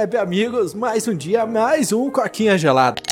web amigos, mais um dia, mais um Coquinha Gelada.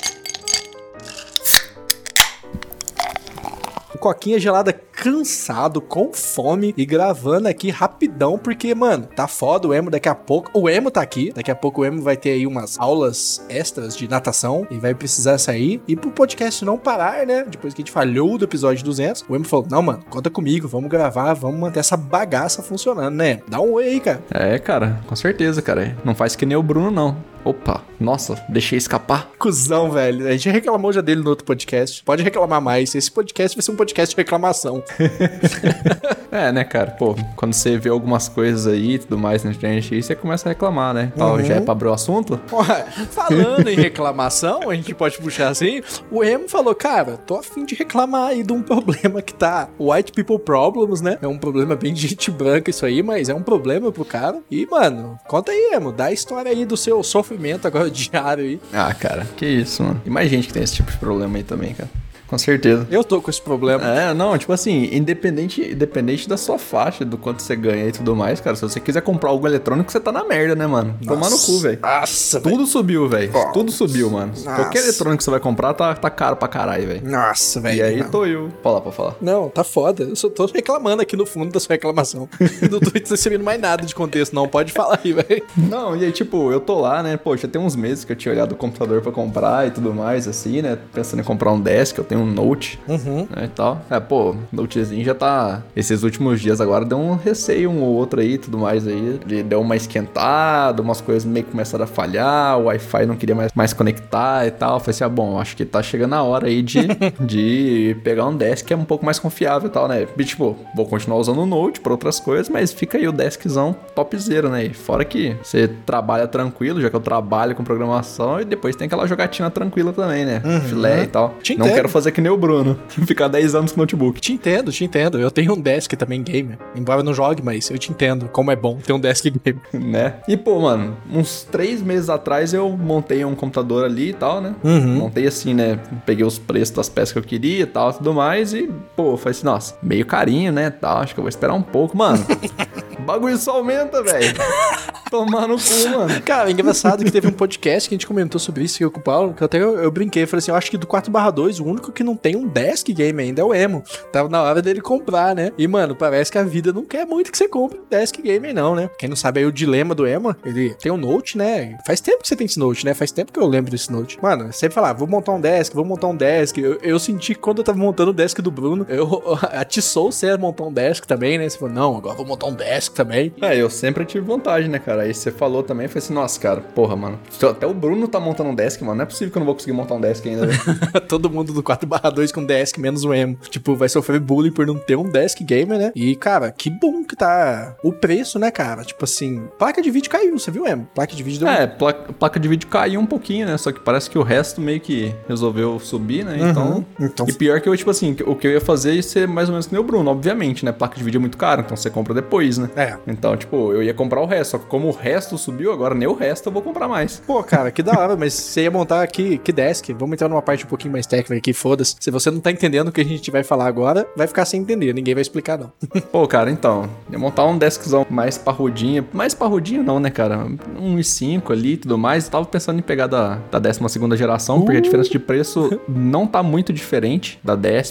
Coquinha Gelada cansado, com fome e gravando aqui rapidão, porque, mano, tá foda o Emo daqui a pouco. O Emo tá aqui, daqui a pouco o Emo vai ter aí umas aulas extras de natação e vai precisar sair. E pro podcast não parar, né, depois que a gente falhou do episódio 200, o Emo falou, não, mano, conta comigo, vamos gravar, vamos manter essa bagaça funcionando, né? Dá um oi aí, cara. É, cara, com certeza, cara. Não faz que nem o Bruno, não. Opa, nossa, deixei escapar. Cusão, velho. A gente reclamou já dele no outro podcast. Pode reclamar mais. Esse podcast vai ser um podcast de reclamação. É, né, cara? Pô, quando você vê algumas coisas aí e tudo mais na internet, aí você começa a reclamar, né? Uhum. Já é pra abrir o assunto? Ué, falando em reclamação, a gente pode puxar assim. O Emo falou, cara, tô a fim de reclamar aí de um problema que tá white people problems, né? É um problema bem de gente branca isso aí, mas é um problema pro cara. E, mano, conta aí, Emo. Dá a história aí do seu sofrimento agora diário aí. Ah, cara, que isso, mano. E mais gente que tem esse tipo de problema aí também, cara. Com certeza. Eu tô com esse problema. É, não, tipo assim, independente da sua faixa, do quanto você ganha e tudo mais, cara, se você quiser comprar algo eletrônico, você tá na merda, né, mano? Tomar no cu, velho. Nossa, tudo subiu, velho. Tudo subiu, mano. Nossa. Qualquer eletrônico que você vai comprar tá caro pra caralho, velho. Nossa, velho. E aí tô eu. Pode falar. Não, tá foda. Eu só tô reclamando aqui no fundo da sua reclamação. Não tô recebendo mais nada de contexto, não. Pode falar aí, velho. Não, e aí, tipo, eu tô lá, né? Pô, já tem uns meses que eu tinha olhado o computador pra comprar e tudo mais, assim, né? Pensando em comprar um desk, eu tenho um Note. Né, e tal. Pô, Notezinho já tá... Esses últimos dias agora deu um receio um ou outro aí e tudo mais aí. Ele deu uma esquentada, umas coisas meio que começaram a falhar, o Wi-Fi não queria mais conectar e tal. Eu falei assim, bom, acho que tá chegando a hora aí de pegar um desk que é um pouco mais confiável e tal, né? E, tipo, vou continuar usando o Note pra outras coisas, mas fica aí o deskzão topzera, né? E fora que você trabalha tranquilo, já que eu trabalho com programação, e depois tem aquela jogatina tranquila também, né? Filé e tal. Não quero fazer que nem o Bruno. Ficar 10 anos com notebook. Te entendo. Eu tenho um desk também gamer. Embora eu não jogue, mas eu te entendo como é bom ter um desk gamer. Né? E, pô, mano, uns 3 meses atrás eu montei um computador ali e tal, né? Montei assim, né? Peguei os preços das peças que eu queria e tal, tudo mais. E, pô, eu falei assim, nossa, meio carinho, né? Tal, acho que eu vou esperar um pouco. Mano, o bagulho só aumenta, velho. Tomar no cu, mano. Cara, é engraçado que teve um podcast que a gente comentou sobre isso, eu com o Paulo, que até eu brinquei, falei assim, eu acho que do 4/2, o único que não tem um desk game ainda é o Emo. Tava na hora dele comprar, né? E, mano, parece que a vida não quer muito que você compre um desk game, não, né? Quem não sabe aí o dilema do Emo, ele tem um Note, né? Faz tempo que você tem esse Note, né? Faz tempo que eu lembro desse Note. Mano, sempre falar, vou montar um desk. Eu senti que quando eu tava montando o desk do Bruno, atiçou você a montar um desk também, né? Você falou, não, agora eu vou montar um desk também. Eu sempre tive vontade, né, cara? Aí você falou também, eu falei assim, nossa, cara, porra, mano. Até o Bruno tá montando um desk, mano. Não é possível que eu não vou conseguir montar um desk ainda, velho. Todo mundo do 4/2 com desk, menos o Emo. Tipo, vai sofrer bullying por não ter um desk gamer, né? E, cara, que bom que tá o preço, né, cara? Tipo assim, placa de vídeo caiu, você viu, Emo? Placa de vídeo deu... placa de vídeo caiu um pouquinho, né? Só que parece que o resto meio que resolveu subir, né? Então... E pior que eu, tipo assim, o que eu ia fazer ia ser mais ou menos que nem o Bruno, obviamente, né? Placa de vídeo é muito caro, então você compra depois, né? Então, tipo, eu ia comprar o resto, só que como o resto subiu, agora nem o resto eu vou comprar mais. Pô, cara, que da hora, mas você ia montar aqui, que desk? Vamos entrar numa parte um pouquinho mais técnica aqui, foda-se. Se você não tá entendendo o que a gente vai falar agora, vai ficar sem entender, ninguém vai explicar, não. Pô, cara, então, ia montar um deskzão mais parrudinho não, né, cara? 1.5 ali e tudo mais, eu tava pensando em pegar da 12ª geração, porque a diferença de preço não tá muito diferente da de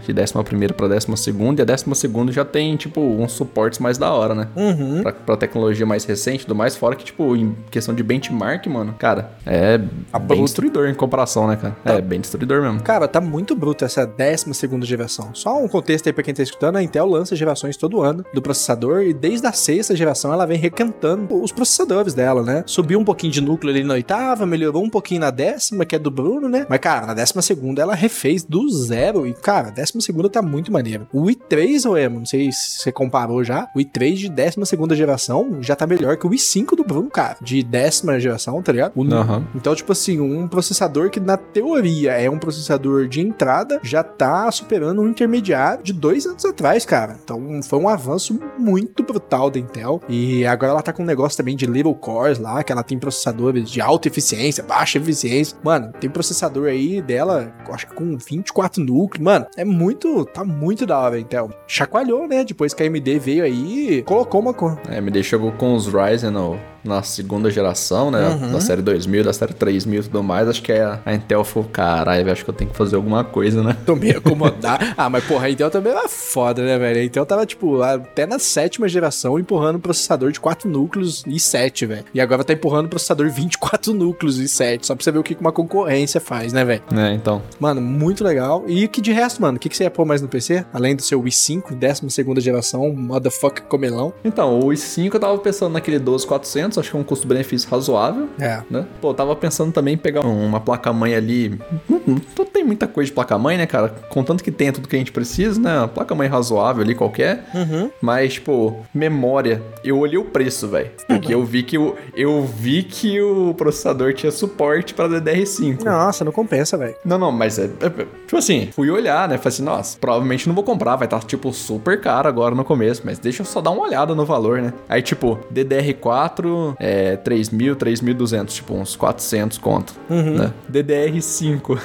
11ª pra 12ª, e a 12ª já tem, tipo, uns suportes mais da hora, né? Pra tecnologia mais recente e tudo mais, fora que, tipo, em questão de benchmark, mano, cara, é bem destruidor em comparação, né, cara? É bem destruidor mesmo. Cara, tá muito bruto essa 12ª geração. Só um contexto aí pra quem tá escutando, a Intel lança gerações todo ano do processador e desde a 6ª geração ela vem requentando os processadores dela, né? Subiu um pouquinho de núcleo ali na 8ª, melhorou um pouquinho na 10ª, que é do Bruno, né? Mas, cara, na 12ª ela refez do zero e, cara, a 12ª tá muito maneiro. O i3, Emo, não sei se você comparou já, o i3 de 12ª geração já tá melhor que o i5 do Bruno, cara, de 10ª geração, tá ligado? Então, tipo assim, um processador que na teoria é um processador de entrada, já tá superando um intermediário de 2 anos atrás, cara. Então, foi um avanço muito brutal da Intel. E agora ela tá com um negócio também de little cores lá, que ela tem processadores de alta eficiência, baixa eficiência. Mano, tem processador aí dela, acho que com 24 núcleos. Mano, tá muito da hora a Intel. Chacoalhou, né? Depois que a AMD veio aí, colocou uma cor. A AMD chegou com os Ryzen na segunda geração, né? Da série 2000, da série 3000 e tudo mais. Acho que a Intel falou, caralho, acho que eu tenho que fazer alguma coisa, né? Tô meio acomodado. Mas porra, a Intel também era foda, né, velho? A Intel tava, tipo, até na 7ª geração empurrando um processador de 4 núcleos e 7, velho. E agora tá empurrando um processador 24 núcleos e 7, só pra você ver o que uma concorrência faz, né, velho? Então. Mano, muito legal. E que de resto, mano, o que você ia pôr mais no PC? Além do seu i5, 12ª geração, motherfucker comelão. Então, o i5 eu tava pensando naquele 12400, acho que é um custo-benefício razoável. Né? Pô, eu tava pensando também em pegar uma placa-mãe ali. Não tem muita coisa de placa-mãe, né, cara? Contanto que tenha tudo que a gente precisa, né? Uma placa-mãe razoável ali, qualquer. Mas, tipo, memória. Eu olhei o preço, velho. Porque eu vi que o processador tinha suporte pra DDR5. Nossa, não compensa, velho. Não, mas tipo assim, fui olhar, né? Falei assim, nossa, provavelmente não vou comprar, vai estar, tipo, super caro agora no começo, mas deixa eu só dar uma olhada no valor, né? Aí, tipo, DDR4 é 3.000, 3.200, tipo, uns 400 conto, né? DDR5...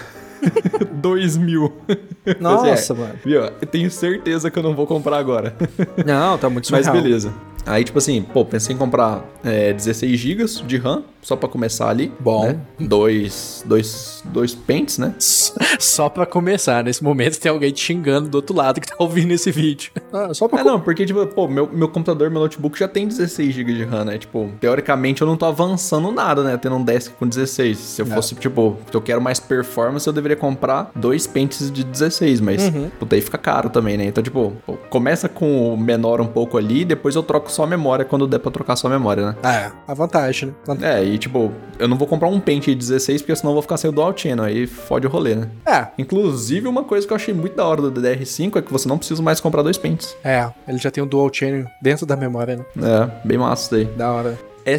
2.000. Nossa, mano. Viu? Eu tenho certeza que eu não vou comprar agora. Não, tá muito surreal. Mas beleza. Aí, tipo assim, pô, pensei em comprar 16 GB de RAM, só pra começar ali. Bom. Né? Dois pentes, né? Só pra começar. Nesse momento tem alguém te xingando do outro lado que tá ouvindo esse vídeo. Só pra não, porque, tipo, pô, meu computador, meu notebook já tem 16 GB de RAM, né? Tipo, teoricamente eu não tô avançando nada, né? Tendo um desk com 16. Se eu fosse, tipo, se eu quero mais performance, eu deveria comprar 2 pentes de 16, mas, puta, aí fica caro também, né? Então, tipo, pô, começa com o menor um pouco ali, depois eu troco só a memória quando der pra trocar só a memória, né? A vantagem, né? E tipo, eu não vou comprar um pente de 16 porque senão eu vou ficar sem o dual channel, aí fode o rolê, né? Inclusive, uma coisa que eu achei muito da hora do DDR5 é que você não precisa mais comprar 2 pentes. Ele já tem um dual channel dentro da memória, né? Bem massa isso daí. Da hora.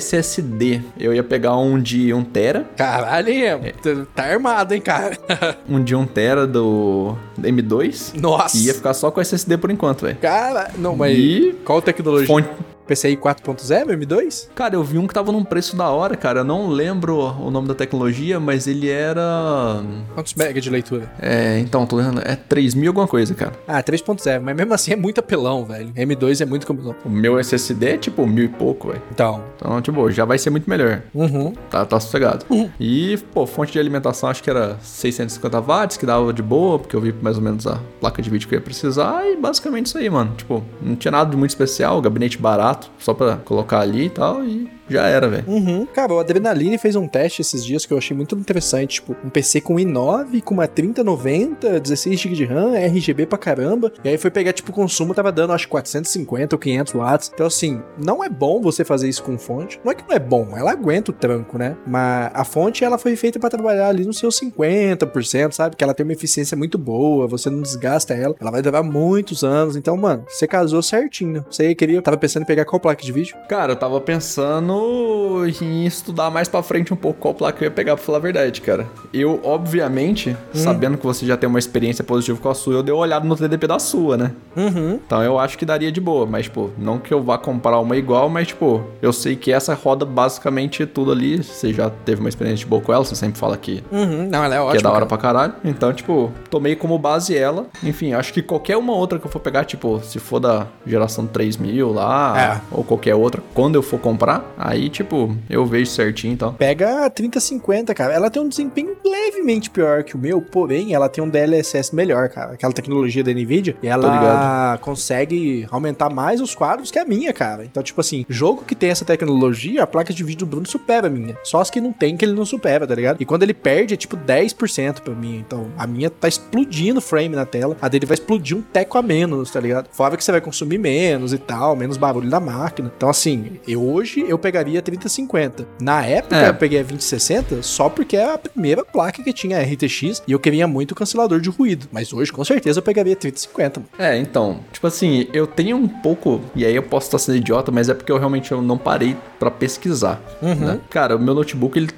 SSD, eu ia pegar um de 1TB. Caralho, tá armado, hein, cara? Um de 1TB do M2. Nossa. E ia ficar só com SSD por enquanto, velho. Cara, não, mas qual tecnologia? PCI 4.0, M2? Cara, eu vi um que tava num preço da hora, cara. Eu não lembro o nome da tecnologia, mas ele era... Quantos mega de leitura? Então, tô lendo. 3.000 alguma coisa, cara. 3.0, mas mesmo assim é muito apelão, velho. M2 é muito compelão. O meu SSD é tipo 1.000 e pouco, velho. Então, tipo, já vai ser muito melhor. Tá sossegado. E, pô, fonte de alimentação acho que era 650 watts, que dava de boa, porque eu vi mais ou menos a placa de vídeo que eu ia precisar. E basicamente isso aí, mano. Tipo, não tinha nada de muito especial, gabinete barato, só pra colocar ali e tal, e já era, velho. Cara, o Adrenaline fez um teste esses dias que eu achei muito interessante, tipo, um PC com i9, com uma 3090, 16 GB de RAM, RGB pra caramba, e aí foi pegar, tipo, o consumo tava dando, acho, 450 ou 500 watts, então assim, não é bom você fazer isso com fonte, não é que não é bom, ela aguenta o tranco, né, mas a fonte, ela foi feita pra trabalhar ali nos seus 50%, sabe, que ela tem uma eficiência muito boa, você não desgasta ela vai durar muitos anos, então, mano, você casou certinho, você tava pensando em pegar qual placa de vídeo? Cara, eu tava pensando em estudar mais pra frente um pouco qual placa eu ia pegar, pra falar a verdade, cara. Eu, obviamente, sabendo que você já tem uma experiência positiva com a sua, eu dei uma olhada no TDP da sua, né? Então eu acho que daria de boa, mas, tipo, não que eu vá comprar uma igual, mas, tipo, eu sei que essa roda basicamente tudo ali, você já teve uma experiência de boa com ela, você sempre fala que... Não, ela é ótima. Que é da hora pra caralho. Então, tipo, tomei como base ela. Enfim, acho que qualquer uma outra que eu for pegar, tipo, se for da geração 3000 lá, ou qualquer outra, quando eu for comprar, aí, tipo, eu vejo certinho e tal. Pega a 3050, cara. Ela tem um desempenho levemente pior que o meu, porém, ela tem um DLSS melhor, cara. Aquela tecnologia da NVIDIA. E ela consegue aumentar mais os quadros que a minha, cara. Então, tipo assim, jogo que tem essa tecnologia, a placa de vídeo do Bruno supera a minha. Só as que não tem que ele não supera, tá ligado? E quando ele perde, é tipo 10% pra mim. Então, a minha tá explodindo frame na tela. A dele vai explodir um teco a menos, tá ligado? Fora que você vai consumir menos e tal, menos barulho da máquina. Então, assim, hoje eu pegaria a 3050. Na época, eu peguei a 2060 só porque é a primeira placa que tinha RTX e eu queria muito cancelador de ruído. Mas hoje, com certeza, eu pegaria a 3050. Mano. Então, tipo assim, eu tenho um pouco, e aí eu posso estar sendo idiota, mas é porque eu realmente não parei pra pesquisar, né? Cara, o meu notebook, ele tem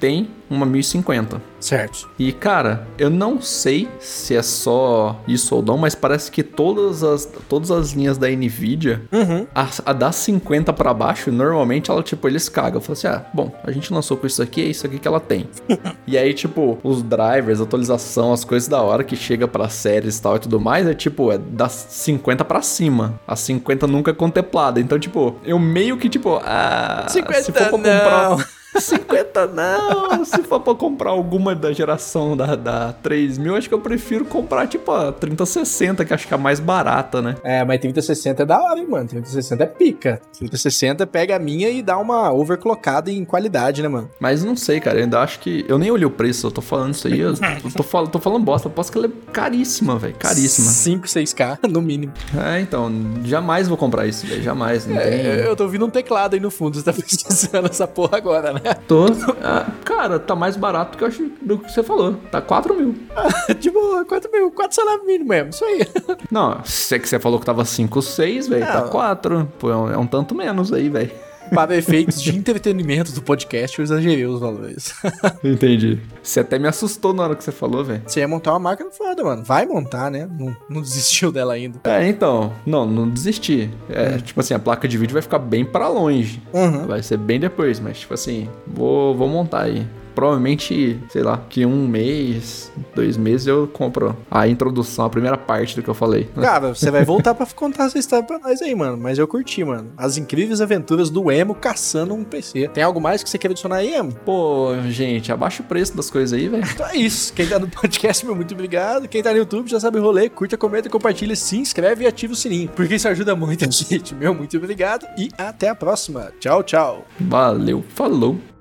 uma 1050. Certo. E, cara, eu não sei se é só isso ou não, mas parece que todas as linhas da NVIDIA, a das 50 pra baixo, normalmente ela, tipo, eles cagam. Falam assim, bom, a gente lançou com isso aqui, é isso aqui que ela tem. E aí, tipo, os drivers, atualização, as coisas da hora que chega pra séries e tal e tudo mais, é tipo, é das 50 pra cima. A 50 nunca é contemplada. Então, tipo, eu meio que, tipo, 50 se for pra comprar... 50 não, se for pra comprar alguma da geração da 3000, acho que eu prefiro comprar tipo a 3060, que acho que é a mais barata, né? Mas 3060 é da hora, hein, mano, 3060 é pica. 3060 pega a minha e dá uma overclockada em qualidade, né, mano? Mas não sei, cara, eu ainda acho que... Eu nem olhei o preço, eu tô falando isso aí, eu tô falando bosta, eu posso que ela é caríssima, velho, caríssima. 5, 6K, no mínimo. Então, jamais vou comprar isso, velho, jamais, não tem... Eu tô ouvindo um teclado aí no fundo, você tá pesquisando essa porra agora, né? Tô. Cara, tá mais barato do que eu acho do que você falou. Tá 4 mil. De boa, 4 mil. 4 salário mínimo mesmo, isso aí. Não, se é que você falou que tava 5, 6, velho, tá 4. Pô, é um tanto menos aí, velho. Para efeitos de entretenimento do podcast, eu exagerei os valores. Entendi. Você até me assustou na hora que você falou, velho. Você ia montar uma máquina foda, mano. Vai montar, né? Não desistiu dela ainda. Então. Não desisti. Tipo assim, a placa de vídeo vai ficar bem pra longe. Vai ser bem depois, mas tipo assim, vou montar aí. Provavelmente, sei lá, que 1 mês, 2 meses eu compro a introdução, a primeira parte do que eu falei. Cara, você vai voltar pra contar essa história pra nós aí, mano. Mas eu curti, mano. As incríveis aventuras do Emo caçando um PC. Tem algo mais que você quer adicionar aí, Emo? Pô, gente, abaixa o preço das coisas aí, velho. Então é isso. Quem tá no podcast, meu muito obrigado. Quem tá no YouTube já sabe o rolê. Curta, comenta, compartilha, se inscreve e ativa o sininho. Porque isso ajuda muito a gente. Meu muito obrigado e até a próxima. Tchau, tchau. Valeu, falou.